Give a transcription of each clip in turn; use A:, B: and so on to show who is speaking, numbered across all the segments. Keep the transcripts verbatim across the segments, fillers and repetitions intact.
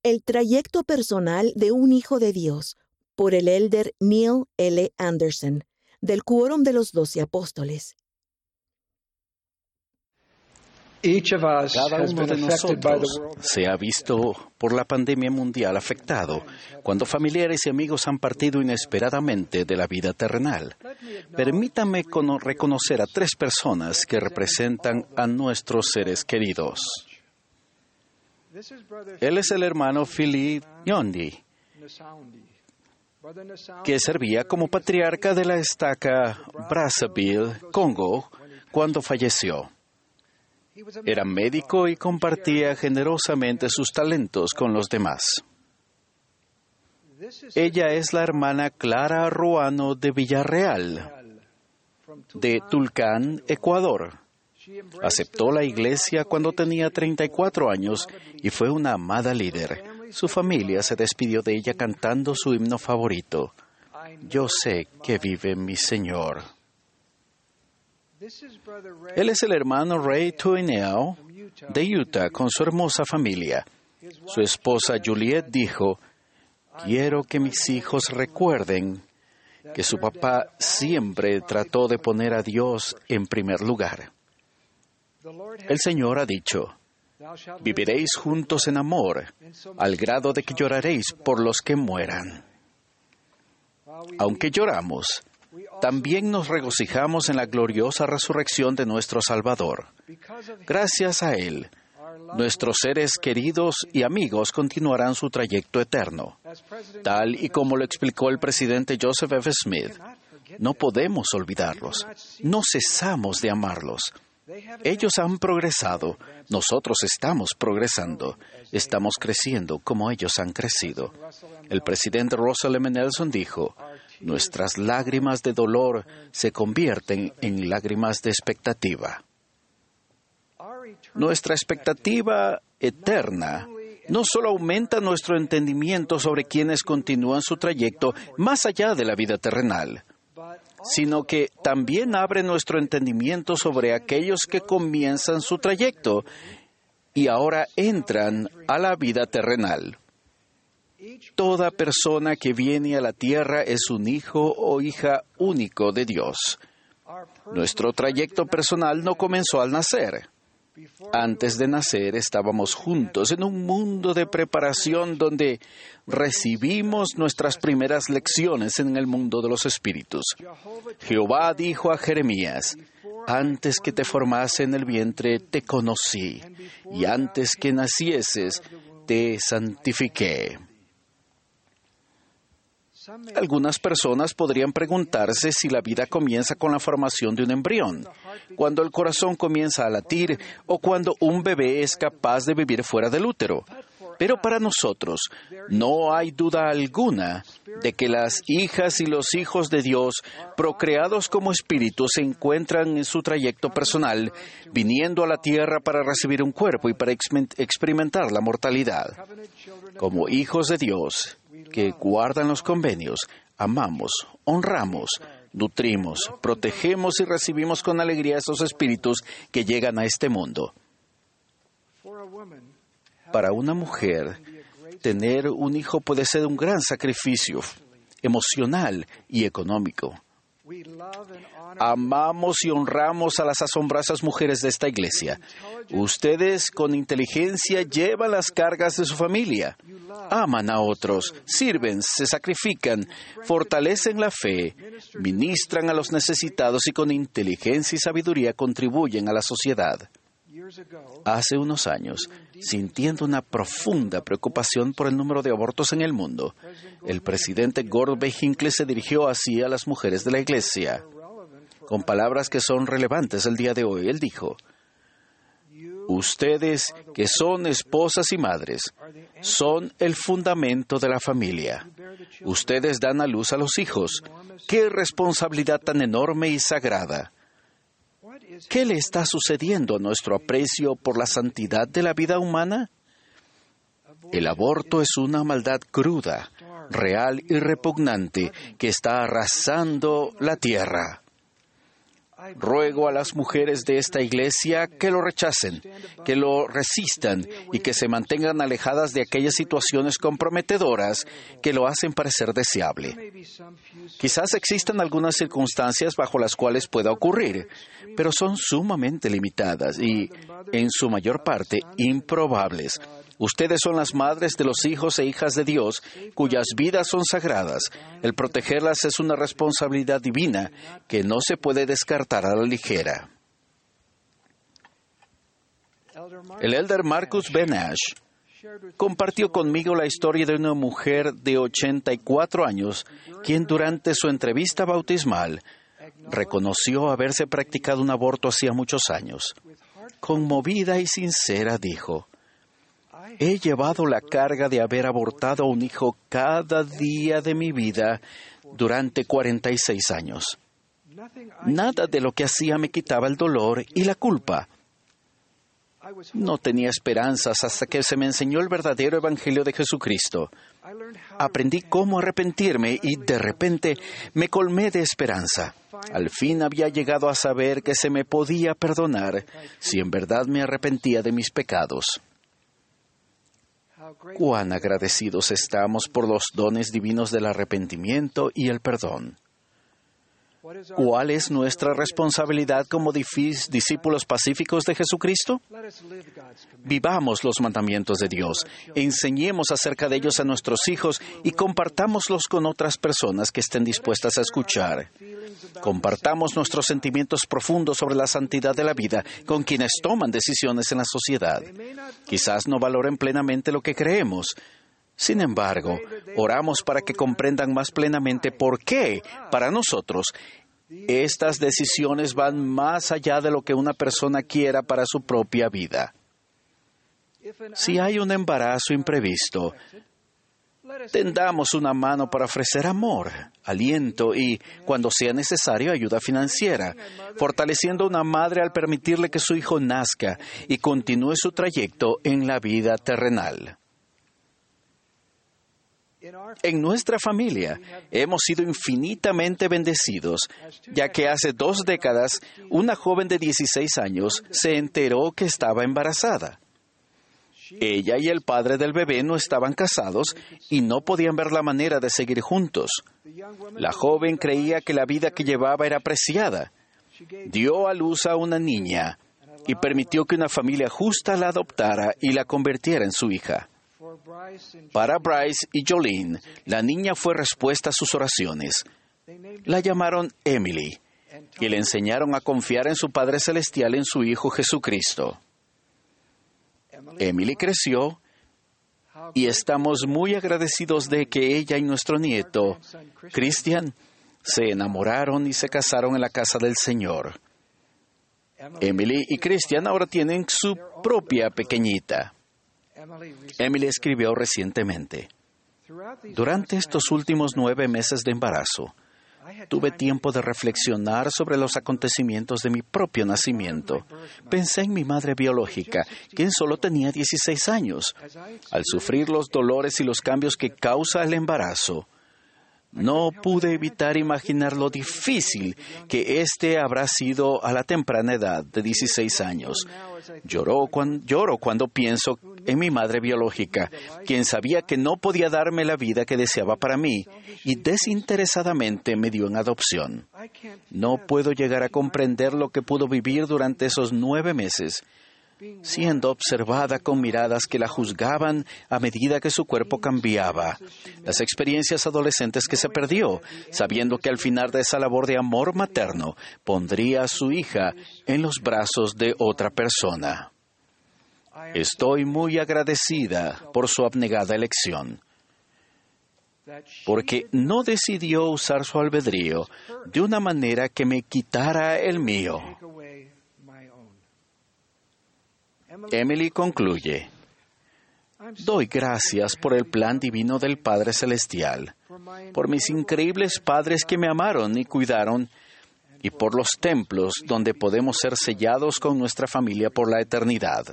A: El trayecto personal de un hijo de Dios, por el elder Neil L. Anderson, del Quórum de los Doce Apóstoles.
B: Cada uno de nosotros se ha visto por la pandemia mundial afectado cuando familiares y amigos han partido inesperadamente de la vida terrenal. Permítame cono- reconocer a tres personas que representan a nuestros seres queridos. Él es el hermano Philip Nyondi, que servía como patriarca de la estaca Brazzaville, Congo, cuando falleció. Era médico y compartía generosamente sus talentos con los demás. Ella es la hermana Clara Ruano de Villarreal, de Tulcán, Ecuador. Aceptó la iglesia cuando tenía treinta y cuatro años y fue una amada líder. Su familia se despidió de ella cantando su himno favorito, Yo sé que vive mi Señor. Él es el hermano Ray Tuineau de Utah con su hermosa familia. Su esposa Juliet dijo, quiero que mis hijos recuerden que su papá siempre trató de poner a Dios en primer lugar. El Señor ha dicho, viviréis juntos en amor, al grado de que lloraréis por los que mueran. Aunque lloramos, también nos regocijamos en la gloriosa resurrección de nuestro Salvador. Gracias a Él, nuestros seres queridos y amigos continuarán su trayecto eterno. Tal y como lo explicó el presidente Joseph F. Smith, no podemos olvidarlos, no cesamos de amarlos. Ellos han progresado, nosotros estamos progresando, estamos creciendo como ellos han crecido. El presidente Russell M. Nelson dijo, nuestras lágrimas de dolor se convierten en lágrimas de expectativa. Nuestra expectativa eterna no solo aumenta nuestro entendimiento sobre quienes continúan su trayecto más allá de la vida terrenal, sino que también abre nuestro entendimiento sobre aquellos que comienzan su trayecto y ahora entran a la vida terrenal. Toda persona que viene a la tierra es un hijo o hija único de Dios. Nuestro trayecto personal no comenzó al nacer. Antes de nacer estábamos juntos en un mundo de preparación donde recibimos nuestras primeras lecciones en el mundo de los espíritus. Jehová dijo a Jeremías, antes que te formase en el vientre te conocí, y antes que nacieses te santifiqué. Algunas personas podrían preguntarse si la vida comienza con la formación de un embrión, cuando el corazón comienza a latir o cuando un bebé es capaz de vivir fuera del útero. Pero para nosotros no hay duda alguna de que las hijas y los hijos de Dios, procreados como espíritus, se encuentran en su trayecto personal, viniendo a la tierra para recibir un cuerpo y para experimentar la mortalidad. Como hijos de Dios, que guardan los convenios, amamos, honramos, nutrimos, protegemos y recibimos con alegría esos espíritus que llegan a este mundo. Para una mujer, tener un hijo puede ser un gran sacrificio emocional y económico. Amamos y honramos a las asombrosas mujeres de esta iglesia. Ustedes con inteligencia llevan las cargas de su familia. Aman a otros, sirven, se sacrifican, fortalecen la fe, ministran a los necesitados y con inteligencia y sabiduría contribuyen a la sociedad. Hace unos años, sintiendo una profunda preocupación por el número de abortos en el mundo, el presidente Gordon B. Hinckley se dirigió así a las mujeres de la iglesia. Con palabras que son relevantes el día de hoy, él dijo, ustedes que son esposas y madres, son el fundamento de la familia. Ustedes dan a luz a los hijos. ¡Qué responsabilidad tan enorme y sagrada! ¿Qué le está sucediendo a nuestro aprecio por la santidad de la vida humana? El aborto es una maldad cruda, real y repugnante que está arrasando la tierra. Ruego a las mujeres de esta iglesia que lo rechacen, que lo resistan y que se mantengan alejadas de aquellas situaciones comprometedoras que lo hacen parecer deseable. Quizás existan algunas circunstancias bajo las cuales pueda ocurrir, pero son sumamente limitadas y, en su mayor parte, improbables. Ustedes son las madres de los hijos e hijas de Dios, cuyas vidas son sagradas. El protegerlas es una responsabilidad divina que no se puede descartar a la ligera. El elder Marcus B. Nash compartió conmigo la historia de una mujer de ochenta y cuatro años, quien durante su entrevista bautismal reconoció haberse practicado un aborto hacía muchos años. Conmovida y sincera, dijo: he llevado la carga de haber abortado a un hijo cada día de mi vida durante cuarenta y seis años. Nada de lo que hacía me quitaba el dolor y la culpa. No tenía esperanzas hasta que se me enseñó el verdadero Evangelio de Jesucristo. Aprendí cómo arrepentirme y, de repente, me colmé de esperanza. Al fin había llegado a saber que se me podía perdonar si en verdad me arrepentía de mis pecados. Cuán agradecidos estamos por los dones divinos del arrepentimiento y el perdón. ¿Cuál es nuestra responsabilidad como discípulos pacíficos de Jesucristo? Vivamos los mandamientos de Dios, enseñemos acerca de ellos a nuestros hijos y compartámoslos con otras personas que estén dispuestas a escuchar. Compartamos nuestros sentimientos profundos sobre la santidad de la vida con quienes toman decisiones en la sociedad. Quizás no valoren plenamente lo que creemos. Sin embargo, oramos para que comprendan más plenamente por qué, para nosotros, estas decisiones van más allá de lo que una persona quiera para su propia vida. Si hay un embarazo imprevisto, tendamos una mano para ofrecer amor, aliento y, cuando sea necesario, ayuda financiera, fortaleciendo a una madre al permitirle que su hijo nazca y continúe su trayecto en la vida terrenal. En nuestra familia hemos sido infinitamente bendecidos, ya que hace dos décadas una joven de dieciséis años se enteró que estaba embarazada. Ella y el padre del bebé no estaban casados y no podían ver la manera de seguir juntos. La joven creía que la vida que llevaba era preciada. Dio a luz a una niña y permitió que una familia justa la adoptara y la convirtiera en su hija. Para Bryce y Jolene, la niña fue respuesta a sus oraciones. La llamaron Emily y le enseñaron a confiar en su Padre Celestial, en su Hijo Jesucristo. Emily creció y estamos muy agradecidos de que ella y nuestro nieto, Christian, se enamoraron y se casaron en la casa del Señor. Emily y Christian ahora tienen su propia pequeñita. Emily escribió recientemente: durante estos últimos nueve meses de embarazo, tuve tiempo de reflexionar sobre los acontecimientos de mi propio nacimiento. Pensé en mi madre biológica, quien solo tenía dieciséis años. Al sufrir los dolores y los cambios que causa el embarazo, no pude evitar imaginar lo difícil que éste habrá sido a la temprana edad de dieciséis años. Lloró cuando, lloro cuando pienso en mi madre biológica, quien sabía que no podía darme la vida que deseaba para mí y desinteresadamente me dio en adopción. No puedo llegar a comprender lo que pudo vivir durante esos nueve meses, siendo observada con miradas que la juzgaban a medida que su cuerpo cambiaba, las experiencias adolescentes que se perdió, sabiendo que al final de esa labor de amor materno pondría a su hija en los brazos de otra persona. Estoy muy agradecida por su abnegada elección, porque no decidió usar su albedrío de una manera que me quitara el mío. Emily concluye: doy gracias por el plan divino del Padre Celestial, por mis increíbles padres que me amaron y cuidaron, y por los templos donde podemos ser sellados con nuestra familia por la eternidad.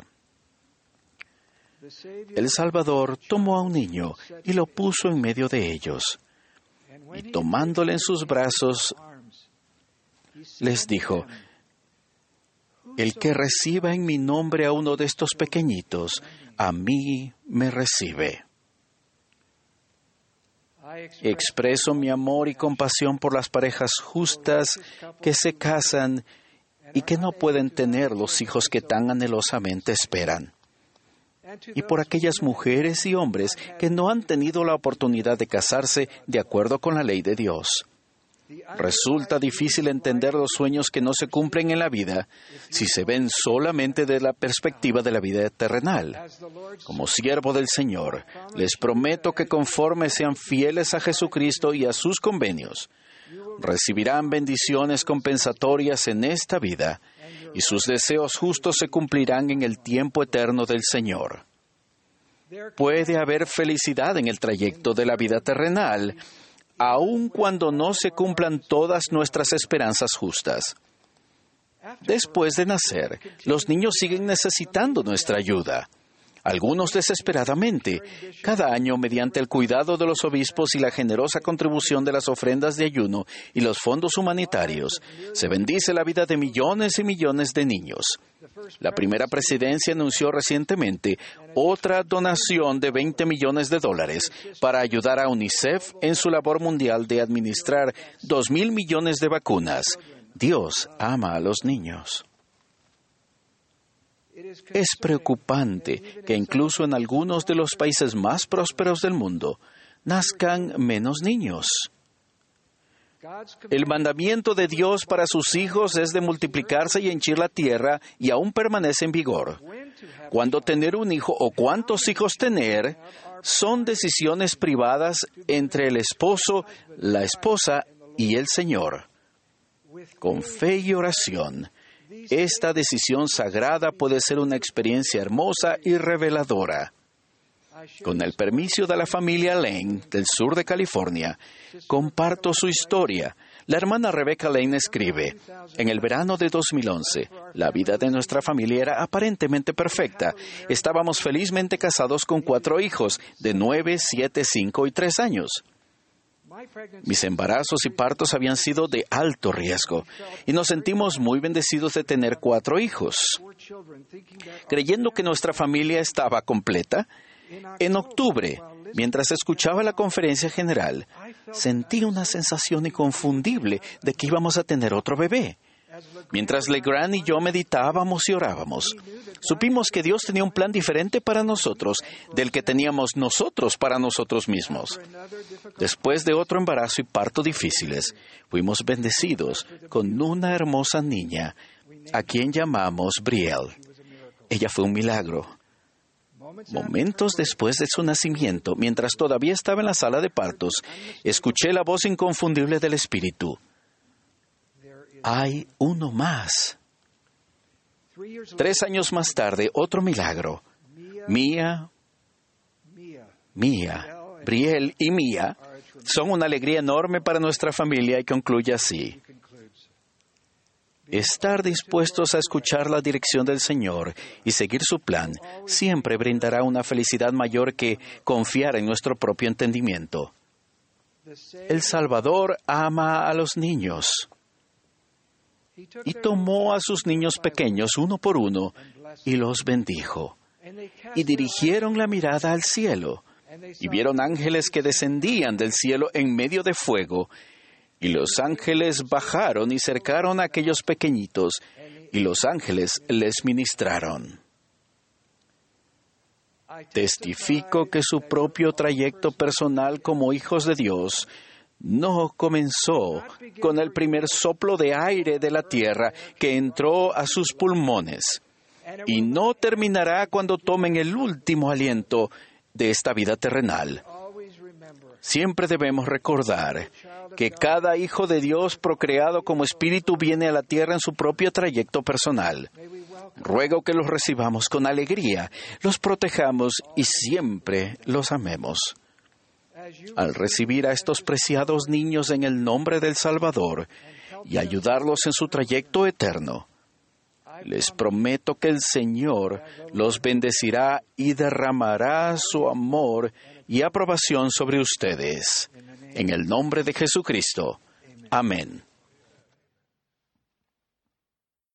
B: El Salvador tomó a un niño y lo puso en medio de ellos, y tomándole en sus brazos, les dijo: el que reciba en mi nombre a uno de estos pequeñitos, a mí me recibe. Expreso mi amor y compasión por las parejas justas que se casan y que no pueden tener los hijos que tan anhelosamente esperan. Y por aquellas mujeres y hombres que no han tenido la oportunidad de casarse de acuerdo con la ley de Dios. Resulta difícil entender los sueños que no se cumplen en la vida si se ven solamente desde la perspectiva de la vida terrenal. Como siervo del Señor, les prometo que conforme sean fieles a Jesucristo y a sus convenios, recibirán bendiciones compensatorias en esta vida y sus deseos justos se cumplirán en el tiempo eterno del Señor. Puede haber felicidad en el trayecto de la vida terrenal, aun cuando no se cumplan todas nuestras esperanzas justas. Después de nacer, los niños siguen necesitando nuestra ayuda. Algunos desesperadamente, cada año mediante el cuidado de los obispos y la generosa contribución de las ofrendas de ayuno y los fondos humanitarios, se bendice la vida de millones y millones de niños. La primera presidencia anunció recientemente otra donación de veinte millones de dólares para ayudar a UNICEF en su labor mundial de administrar dos mil millones de vacunas. Dios ama a los niños. Es preocupante que incluso en algunos de los países más prósperos del mundo nazcan menos niños. El mandamiento de Dios para sus hijos es de multiplicarse y henchir la tierra y aún permanece en vigor. Cuándo tener un hijo o cuántos hijos tener son decisiones privadas entre el esposo, la esposa y el Señor. Con fe y oración, esta decisión sagrada puede ser una experiencia hermosa y reveladora. Con el permiso de la familia Lane, del sur de California, comparto su historia. La hermana Rebecca Lane escribe: en el verano de dos mil once, la vida de nuestra familia era aparentemente perfecta. Estábamos felizmente casados con cuatro hijos, de nueve, siete, cinco y tres años. Mis embarazos y partos habían sido de alto riesgo y nos sentimos muy bendecidos de tener cuatro hijos. Creyendo que nuestra familia estaba completa, en octubre, mientras escuchaba la conferencia general, sentí una sensación inconfundible de que íbamos a tener otro bebé. Mientras Legrand y yo meditábamos y orábamos, supimos que Dios tenía un plan diferente para nosotros del que teníamos nosotros para nosotros mismos. Después de otro embarazo y parto difíciles, fuimos bendecidos con una hermosa niña, a quien llamamos Brielle. Ella fue un milagro. Momentos después de su nacimiento, mientras todavía estaba en la sala de partos, escuché la voz inconfundible del Espíritu. Hay uno más. Tres años más tarde, otro milagro. Mía, Mía, Brielle y Mía son una alegría enorme para nuestra familia y concluye así. Estar dispuestos a escuchar la dirección del Señor y seguir su plan siempre brindará una felicidad mayor que confiar en nuestro propio entendimiento. El Salvador ama a los niños y tomó a sus niños pequeños uno por uno y los bendijo. Y dirigieron la mirada al cielo y vieron ángeles que descendían del cielo en medio de fuego. Y los ángeles bajaron y cercaron a aquellos pequeñitos, y los ángeles les ministraron. Testifico que su propio trayecto personal como hijos de Dios no comenzó con el primer soplo de aire de la tierra que entró a sus pulmones, y no terminará cuando tomen el último aliento de esta vida terrenal. Siempre debemos recordar que cada hijo de Dios procreado como espíritu viene a la tierra en su propio trayecto personal. Ruego que los recibamos con alegría, los protejamos y siempre los amemos. Al recibir a estos preciados niños en el nombre del Salvador y ayudarlos en su trayecto eterno, les prometo que el Señor los bendecirá y derramará su amor y aprobación sobre ustedes. En el nombre de Jesucristo. Amén.